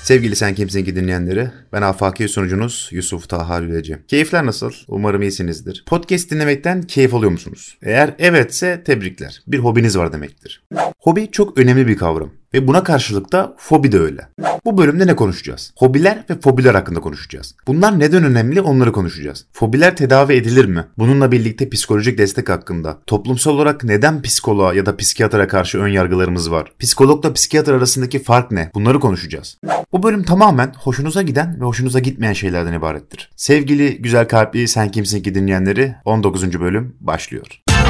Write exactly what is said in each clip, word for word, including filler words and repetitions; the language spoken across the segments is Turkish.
Sevgili Sen Kimsin Ki dinleyenleri, ben afaki sunucunuz Yusuf Taha Lüleci. Keyifler nasıl? Umarım iyisinizdir. Podcast dinlemekten keyif alıyor musunuz? Eğer evetse tebrikler. Bir hobiniz var demektir. Hobi çok önemli bir kavram ve buna karşılık da fobi de öyle. Bu bölümde ne konuşacağız? Hobiler ve fobiler hakkında konuşacağız. Bunlar neden önemli onları konuşacağız. Fobiler tedavi edilir mi? Bununla birlikte psikolojik destek hakkında. Toplumsal olarak neden psikoloğa ya da psikiyatra karşı ön yargılarımız var? Psikologla psikiyatr arasındaki fark ne? Bunları konuşacağız. Bu bölüm tamamen hoşunuza giden ve hoşunuza gitmeyen şeylerden ibarettir. Sevgili güzel kalpli Sen Kimsin Ki dinleyenleri, on dokuzuncu bölüm başlıyor.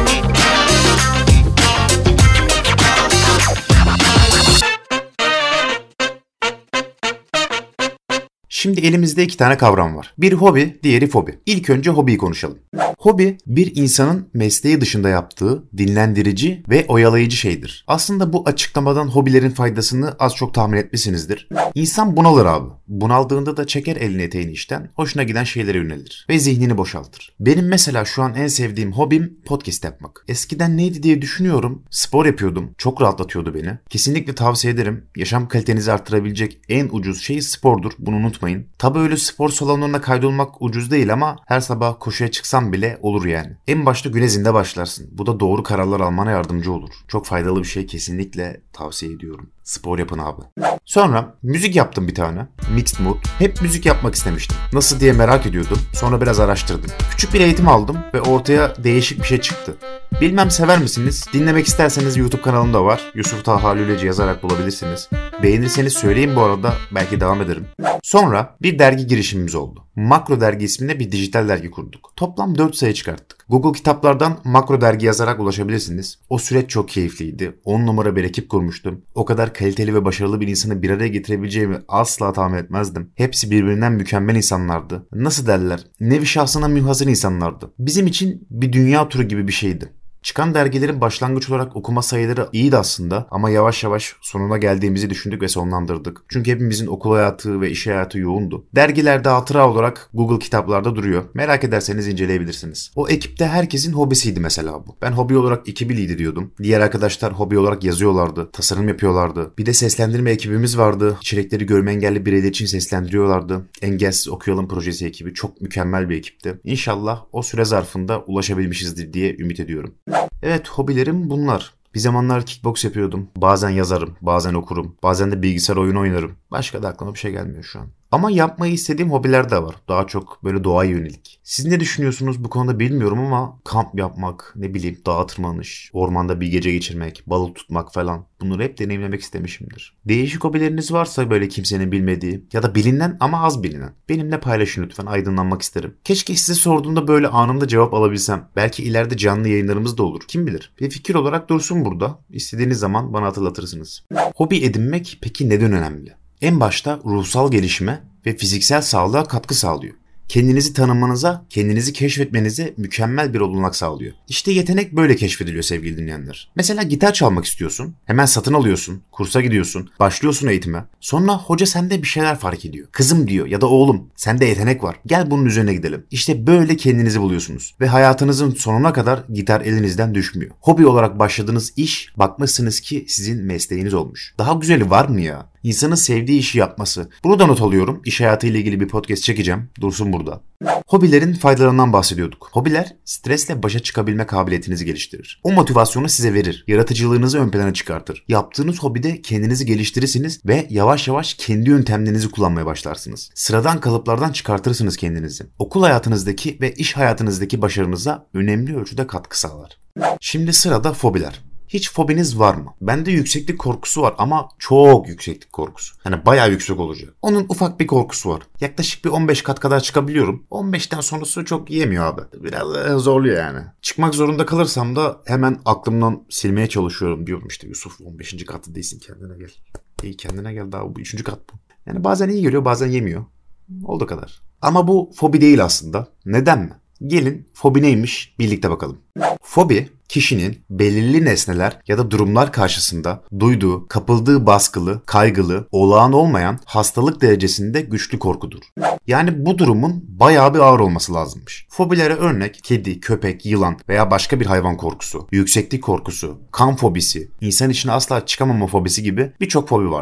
Şimdi elimizde iki tane kavram var. Bir hobi, diğeri fobi. İlk önce hobiyi konuşalım. Hobi, bir insanın mesleği dışında yaptığı dinlendirici ve oyalayıcı şeydir. Aslında bu açıklamadan hobilerin faydasını az çok tahmin etmişsinizdir. İnsan bunalır abi. Bunaldığında da çeker elini eteğini işten, hoşuna giden şeylere yönelir ve zihnini boşaltır. Benim mesela şu an en sevdiğim hobim podcast yapmak. Eskiden neydi diye düşünüyorum. Spor yapıyordum. Çok rahatlatıyordu beni. Kesinlikle tavsiye ederim. Yaşam kalitenizi artırabilecek en ucuz şey spordur. Bunu unutmayın. Tabii öyle spor salonlarına kaydolmak ucuz değil ama her sabah koşuya çıksam bile olur yani. En başta güne zinde başlarsın. Bu da doğru kararlar almana yardımcı olur. Çok faydalı bir şey, kesinlikle tavsiye ediyorum. Spor yapın abi. Sonra müzik yaptım bir tane. Mixed Mood. Hep müzik yapmak istemiştim. Nasıl diye merak ediyordum. Sonra biraz araştırdım. Küçük bir eğitim aldım ve ortaya değişik bir şey çıktı. Bilmem sever misiniz? Dinlemek isterseniz YouTube kanalımda var. Yusuf Taha Lüleci yazarak bulabilirsiniz. Beğenirseniz söyleyin bu arada. Belki devam ederim. Sonra bir dergi girişimimiz oldu. Makro Dergi isminde bir dijital dergi kurduk. Toplam dört sayı çıkarttık. Google kitaplardan Makro Dergi yazarak ulaşabilirsiniz. O süreç çok keyifliydi. on numara bir ekip kurmuştum. O kadar kaliteli ve başarılı bir insanı bir araya getirebileceğimi asla tahmin etmezdim. Hepsi birbirinden mükemmel insanlardı. Nasıl derler? Nevi şahsına münhasır insanlardı. Bizim için bir dünya turu gibi bir şeydi. Çıkan dergilerin başlangıç olarak okuma sayıları iyiydi aslında ama yavaş yavaş sonuna geldiğimizi düşündük ve sonlandırdık. Çünkü hepimizin okul hayatı ve iş hayatı yoğundu. Dergilerde hatıra olarak Google kitaplarda duruyor. Merak ederseniz inceleyebilirsiniz. O ekipte herkesin hobisiydi mesela bu. Ben hobi olarak ekibi lider diyordum. Diğer arkadaşlar hobi olarak yazıyorlardı, tasarım yapıyorlardı. Bir de seslendirme ekibimiz vardı. İçerikleri görme engelli bireyler için seslendiriyorlardı. Engelsiz Okuyalım projesi ekibi çok mükemmel bir ekipti. İnşallah o süre zarfında ulaşabilmişizdir diye ümit ediyorum. Evet, hobilerim bunlar. Bir zamanlar kickbox yapıyordum. Bazen yazarım, bazen okurum, bazen de bilgisayar oyunu oynarım. Başka da aklıma bir şey gelmiyor şu an. Ama yapmayı istediğim hobiler de var. Daha çok böyle doğaya yönelik. Siz ne düşünüyorsunuz bu konuda bilmiyorum ama kamp yapmak, ne bileyim dağa tırmanış, ormanda bir gece geçirmek, balık tutmak falan. Bunları hep deneyimlemek istemişimdir. Değişik hobileriniz varsa böyle kimsenin bilmediği ya da bilinen ama az bilinen, benimle paylaşın lütfen, aydınlanmak isterim. Keşke size sorduğumda böyle anında cevap alabilsem. Belki ileride canlı yayınlarımız da olur. Kim bilir? Bir fikir olarak dursun burada. İstediğiniz zaman bana hatırlatırsınız. Hobi edinmek peki neden önemli? En başta ruhsal gelişime ve fiziksel sağlığa katkı sağlıyor. Kendinizi tanımanıza, kendinizi keşfetmenize mükemmel bir olanak sağlıyor. İşte yetenek böyle keşfediliyor sevgili dinleyenler. Mesela gitar çalmak istiyorsun, hemen satın alıyorsun, kursa gidiyorsun, başlıyorsun eğitime. Sonra hoca sende bir şeyler fark ediyor. Kızım diyor ya da oğlum, sende yetenek var. Gel bunun üzerine gidelim. İşte böyle kendinizi buluyorsunuz. Ve hayatınızın sonuna kadar gitar elinizden düşmüyor. Hobi olarak başladığınız iş, bakmışsınız ki sizin mesleğiniz olmuş. Daha güzeli var mı ya? İnsanın sevdiği işi yapması. Bunu da not alıyorum. İş hayatıyla ilgili bir podcast çekeceğim. Dursun burada. Hobilerin faydalarından bahsediyorduk. Hobiler stresle başa çıkabilme kabiliyetinizi geliştirir. O motivasyonu size verir. Yaratıcılığınızı ön plana çıkartır. Yaptığınız hobide kendinizi geliştirirsiniz ve yavaş yavaş kendi yöntemlerinizi kullanmaya başlarsınız. Sıradan kalıplardan çıkartırsınız kendinizi. Okul hayatınızdaki ve iş hayatınızdaki başarınıza önemli ölçüde katkı sağlar. Şimdi sırada fobiler. Hiç fobiniz var mı? Bende yükseklik korkusu var ama çok yükseklik korkusu. Hani bayağı yüksek olacak. Onun ufak bir korkusu var. Yaklaşık bir on beş kat kadar çıkabiliyorum. on beşten sonrası çok yemiyor abi. Biraz zorluyor yani. Çıkmak zorunda kalırsam da hemen aklımdan silmeye çalışıyorum. Diyorum işte Yusuf on beşinci katı değilsin, kendine gel. İyi kendine gel, daha bu üçüncü kat bu. Yani bazen iyi geliyor, bazen yemiyor. Olduğu kadar. Ama bu fobi değil aslında. Neden mi? Gelin fobi neymiş birlikte bakalım. Fobi, kişinin belirli nesneler ya da durumlar karşısında duyduğu, kapıldığı baskılı, kaygılı, olağan olmayan hastalık derecesinde güçlü korkudur. Yani bu durumun bayağı bir ağır olması lazımmış. Fobilere örnek kedi, köpek, yılan veya başka bir hayvan korkusu, yükseklik korkusu, kan fobisi, insan içine asla çıkamama fobisi gibi birçok fobi vardır.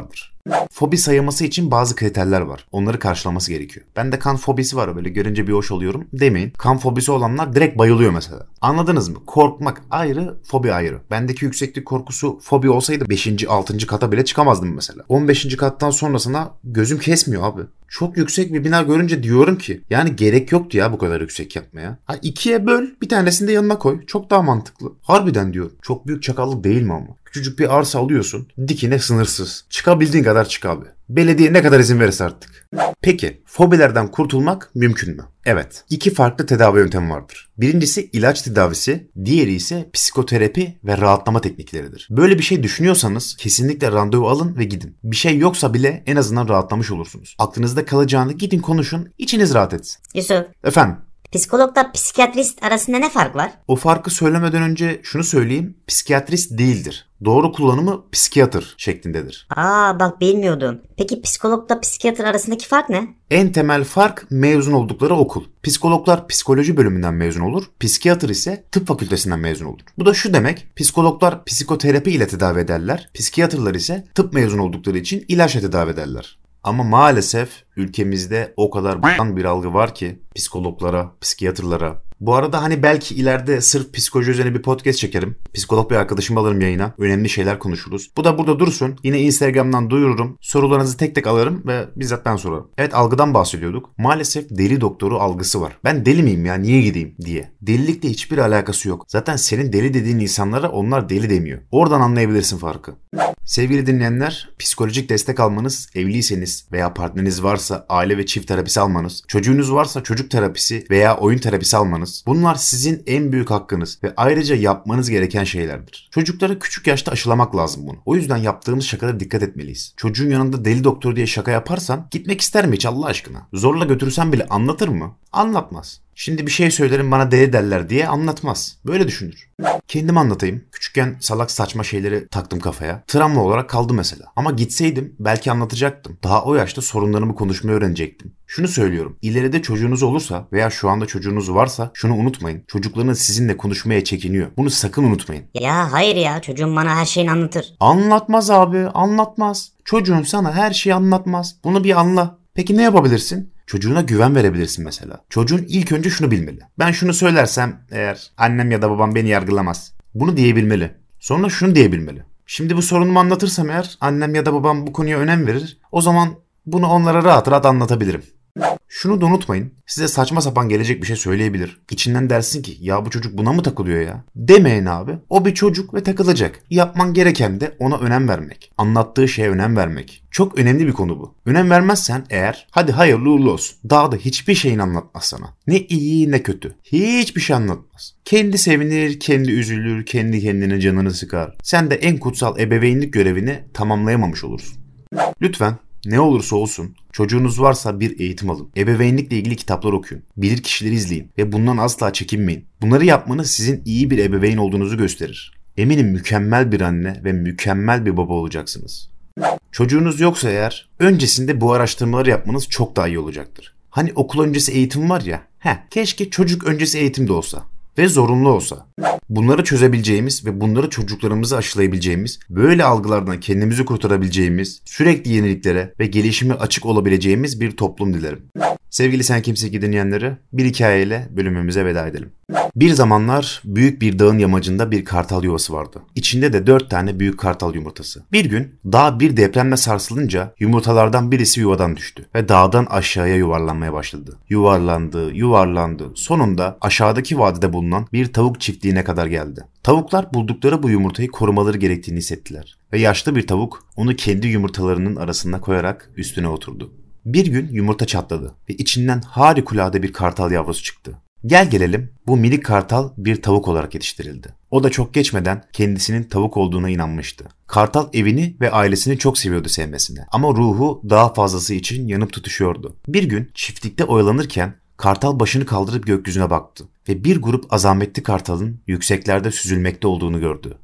Fobi sayılması için bazı kriterler var. Onları karşılaması gerekiyor. Bende kan fobisi var, böyle görünce bir hoş oluyorum demeyin. Kan fobisi olanlar direkt bayılıyor mesela. Anladınız mı? Korkmak ayrı, fobi ayrı. Bendeki yükseklik korkusu fobi olsaydı beşinci altıncı kata bile çıkamazdım mesela. on beşinci kattan sonrasına gözüm kesmiyor abi. Çok yüksek bir bina görünce diyorum ki yani gerek yoktu ya bu kadar yüksek yapmaya. Ha, ikiye böl, bir tanesini de yanına koy. Çok daha mantıklı. Harbiden diyorum. Çok büyük çakallık değil mi ama? Küçücük bir arsa alıyorsun. Dikine sınırsız. Çıkabildiğin kadar çık abi. Belediye ne kadar izin verirse artık. Peki fobilerden kurtulmak mümkün mü? Evet. İki farklı tedavi yöntemi vardır. Birincisi ilaç tedavisi, diğeri ise psikoterapi ve rahatlama teknikleridir. Böyle bir şey düşünüyorsanız kesinlikle randevu alın ve gidin. Bir şey yoksa bile en azından rahatlamış olursunuz. Aklınızda kalacağını gidin konuşun, içiniz rahat etsin. Yusuf. Efendim? Psikologla psikiyatrist arasında ne fark var? O farkı söylemeden önce şunu söyleyeyim. Psikiyatrist değildir. Doğru kullanımı psikiyatr şeklindedir. Aa bak bilmiyordum. Peki psikologla psikiyatr arasındaki fark ne? En temel fark mezun oldukları okul. Psikologlar psikoloji bölümünden mezun olur. Psikiyatr ise tıp fakültesinden mezun olur. Bu da şu demek. Psikologlar psikoterapi ile tedavi ederler. Psikiyatrlar ise tıp mezun oldukları için ilaçla tedavi ederler. Ama maalesef ülkemizde o kadar b**tan bir algı var ki psikologlara, psikiyatrlara. Bu arada hani belki ileride sırf psikoloji üzerine bir podcast çekerim. Psikolog bir arkadaşımı alırım yayına. Önemli şeyler konuşuruz. Bu da burada dursun. Yine Instagram'dan duyururum. Sorularınızı tek tek alırım ve bizzat ben sorarım. Evet, algıdan bahsediyorduk. Maalesef deli doktoru algısı var. Ben deli miyim ya, niye gideyim diye. Delilikle hiçbir alakası yok. Zaten senin deli dediğin insanlara onlar deli demiyor. Oradan anlayabilirsin farkı. Sevgili dinleyenler, psikolojik destek almanız, evliyseniz veya partneriniz varsa aile ve çift terapisi almanız, çocuğunuz varsa çocuk terapisi veya oyun terapisi almanız, bunlar sizin en büyük hakkınız ve ayrıca yapmanız gereken şeylerdir. Çocuklara küçük yaşta aşılamak lazım bunu. O yüzden yaptığımız şakalara dikkat etmeliyiz. Çocuğun yanında deli doktor diye şaka yaparsan gitmek ister mi hiç Allah aşkına? Zorla götürürsen bile anlatır mı? Anlatmaz. Şimdi bir şey söylerim bana deli derler diye anlatmaz. Böyle düşünür. Kendimi anlatayım. Küçükken salak saçma şeyleri taktım kafaya. Travma olarak kaldı mesela. Ama gitseydim belki anlatacaktım. Daha o yaşta sorunlarımı konuşmayı öğrenecektim. Şunu söylüyorum. İleride çocuğunuz olursa veya şu anda çocuğunuz varsa şunu unutmayın. Çocuklarınız sizinle konuşmaya çekiniyor. Bunu sakın unutmayın. Ya hayır ya, çocuğum bana her şeyini anlatır. Anlatmaz abi, anlatmaz. Çocuğun sana her şeyi anlatmaz. Bunu bir anla. Peki ne yapabilirsin? Çocuğuna güven verebilirsin mesela. Çocuğun ilk önce şunu bilmeli. Ben şunu söylersem eğer annem ya da babam beni yargılamaz. Bunu diyebilmeli. Sonra şunu diyebilmeli. Şimdi bu sorunumu anlatırsam eğer annem ya da babam bu konuya önem verir. O zaman bunu onlara rahat rahat anlatabilirim. Şunu da unutmayın. Size saçma sapan gelecek bir şey söyleyebilir. İçinden dersin ki ya bu çocuk buna mı takılıyor ya? Demeyin abi. O bir çocuk ve takılacak. Yapman gereken de ona önem vermek. Anlattığı şeye önem vermek. Çok önemli bir konu bu. Önem vermezsen eğer hadi hayırlı uğurlu olsun. Daha da hiçbir şeyini anlatmaz sana. Ne iyi ne kötü. Hiçbir şey anlatmaz. Kendi sevinir, kendi üzülür, kendi kendine canını sıkar. Sen de en kutsal ebeveynlik görevini tamamlayamamış olursun. Lütfen ne olursa olsun çocuğunuz varsa bir eğitim alın. Ebeveynlikle ilgili kitaplar okuyun. Bilir kişileri izleyin ve bundan asla çekinmeyin. Bunları yapmanız sizin iyi bir ebeveyn olduğunuzu gösterir. Eminim mükemmel bir anne ve mükemmel bir baba olacaksınız. Çocuğunuz yoksa eğer öncesinde bu araştırmaları yapmanız çok daha iyi olacaktır. Hani okul öncesi eğitim var ya, heh, keşke çocuk öncesi eğitim de olsa. Ve zorunlu olsa. Bunları çözebileceğimiz ve bunları çocuklarımıza aşılayabileceğimiz, böyle algılardan kendimizi kurtarabileceğimiz, sürekli yeniliklere ve gelişime açık olabileceğimiz bir toplum dilerim. Sevgili Sen Kimsin Ki dinleyenleri, bir hikayeyle bölümümüze veda edelim. Bir zamanlar büyük bir dağın yamacında bir kartal yuvası vardı. İçinde de dört tane büyük kartal yumurtası. Bir gün dağ bir depremle sarsılınca yumurtalardan birisi yuvadan düştü ve dağdan aşağıya yuvarlanmaya başladı. Yuvarlandı, yuvarlandı. Sonunda aşağıdaki vadide bulunan bir tavuk çiftliğine kadar geldi. Tavuklar buldukları bu yumurtayı korumaları gerektiğini hissettiler. Ve yaşlı bir tavuk onu kendi yumurtalarının arasına koyarak üstüne oturdu. Bir gün yumurta çatladı ve içinden harikulade bir kartal yavrusu çıktı. Gel gelelim bu minik kartal bir tavuk olarak yetiştirildi. O da çok geçmeden kendisinin tavuk olduğuna inanmıştı. Kartal evini ve ailesini çok seviyordu sevmesine ama ruhu daha fazlası için yanıp tutuşuyordu. Bir gün çiftlikte oyalanırken kartal başını kaldırıp gökyüzüne baktı ve bir grup azametli kartalın yükseklerde süzülmekte olduğunu gördü.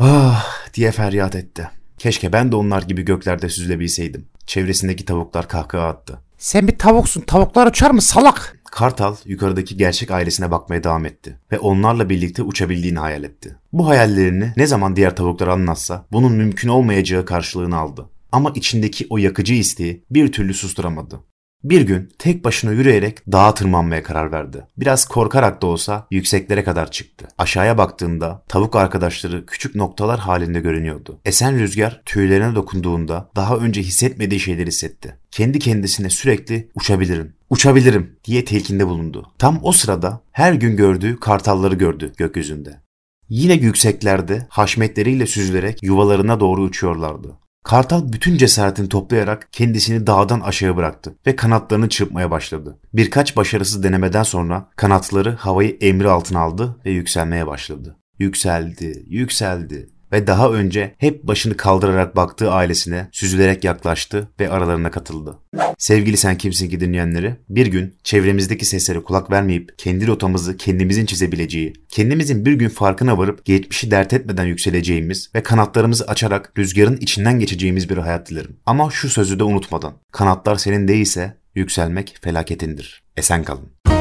Ah diye feryat etti. Keşke ben de onlar gibi göklerde süzülebilseydim. Çevresindeki tavuklar kahkaha attı. Sen bir tavuksun, tavuklar uçar mı salak? Kartal yukarıdaki gerçek ailesine bakmaya devam etti ve onlarla birlikte uçabildiğini hayal etti. Bu hayallerini ne zaman diğer tavuklar anlatsa bunun mümkün olmayacağı karşılığını aldı. Ama içindeki o yakıcı isteği bir türlü susturamadı. Bir gün tek başına yürüyerek dağa tırmanmaya karar verdi. Biraz korkarak da olsa yükseklere kadar çıktı. Aşağıya baktığında tavuk arkadaşları küçük noktalar halinde görünüyordu. Esen rüzgar tüylerine dokunduğunda daha önce hissetmediği şeyleri hissetti. Kendi kendisine sürekli uçabilirim, uçabilirim diye telkinde bulundu. Tam o sırada her gün gördüğü kartalları gördü gökyüzünde. Yine yükseklerde haşmetleriyle süzülerek yuvalarına doğru uçuyorlardı. Kartal bütün cesaretini toplayarak kendisini dağdan aşağı bıraktı ve kanatlarını çırpmaya başladı. Birkaç başarısız denemeden sonra kanatları havayı emri altına aldı ve yükselmeye başladı. Yükseldi, yükseldi ve daha önce hep başını kaldırarak baktığı ailesine süzülerek yaklaştı ve aralarına katıldı. Sevgili Sen Kimsin Ki dinleyenleri, bir gün çevremizdeki seslere kulak vermeyip kendi rotamızı kendimizin çizebileceği, kendimizin bir gün farkına varıp geçmişi dert etmeden yükseleceğimiz ve kanatlarımızı açarak rüzgarın içinden geçeceğimiz bir hayat dilerim. Ama şu sözü de unutmadan, kanatlar senin değilse yükselmek felaketindir. Esen kalın.